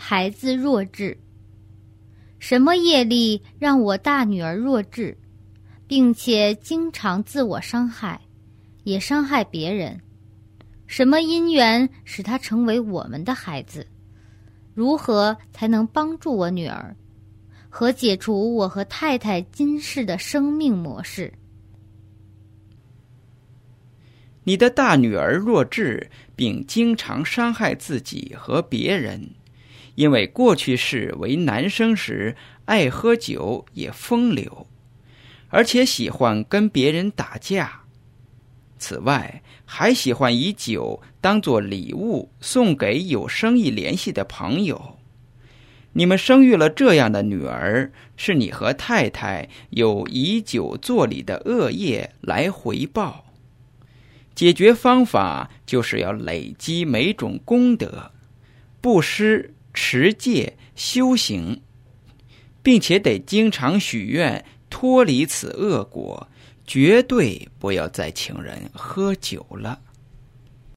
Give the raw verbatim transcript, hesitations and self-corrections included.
孩子弱智。什么业力让我大女儿弱智，并且经常自我伤害，也伤害别人？什么因缘使她成为我们的孩子？如何才能帮助我女儿和解除我和太太今世的生命模式？ 你的大女儿弱智，并经常伤害自己和别人，因为过去世为男生时爱喝酒也风流，而且喜欢跟别人打架。此外，还喜欢以酒当作礼物送给有生意联系的朋友。你们生育了这样的女儿，是你和太太有以酒作礼的恶业来回报。解决方法就是要累积每种功德，布施、持戒、修行，并且得经常许愿脱离此恶果，绝对不要再请人喝酒了。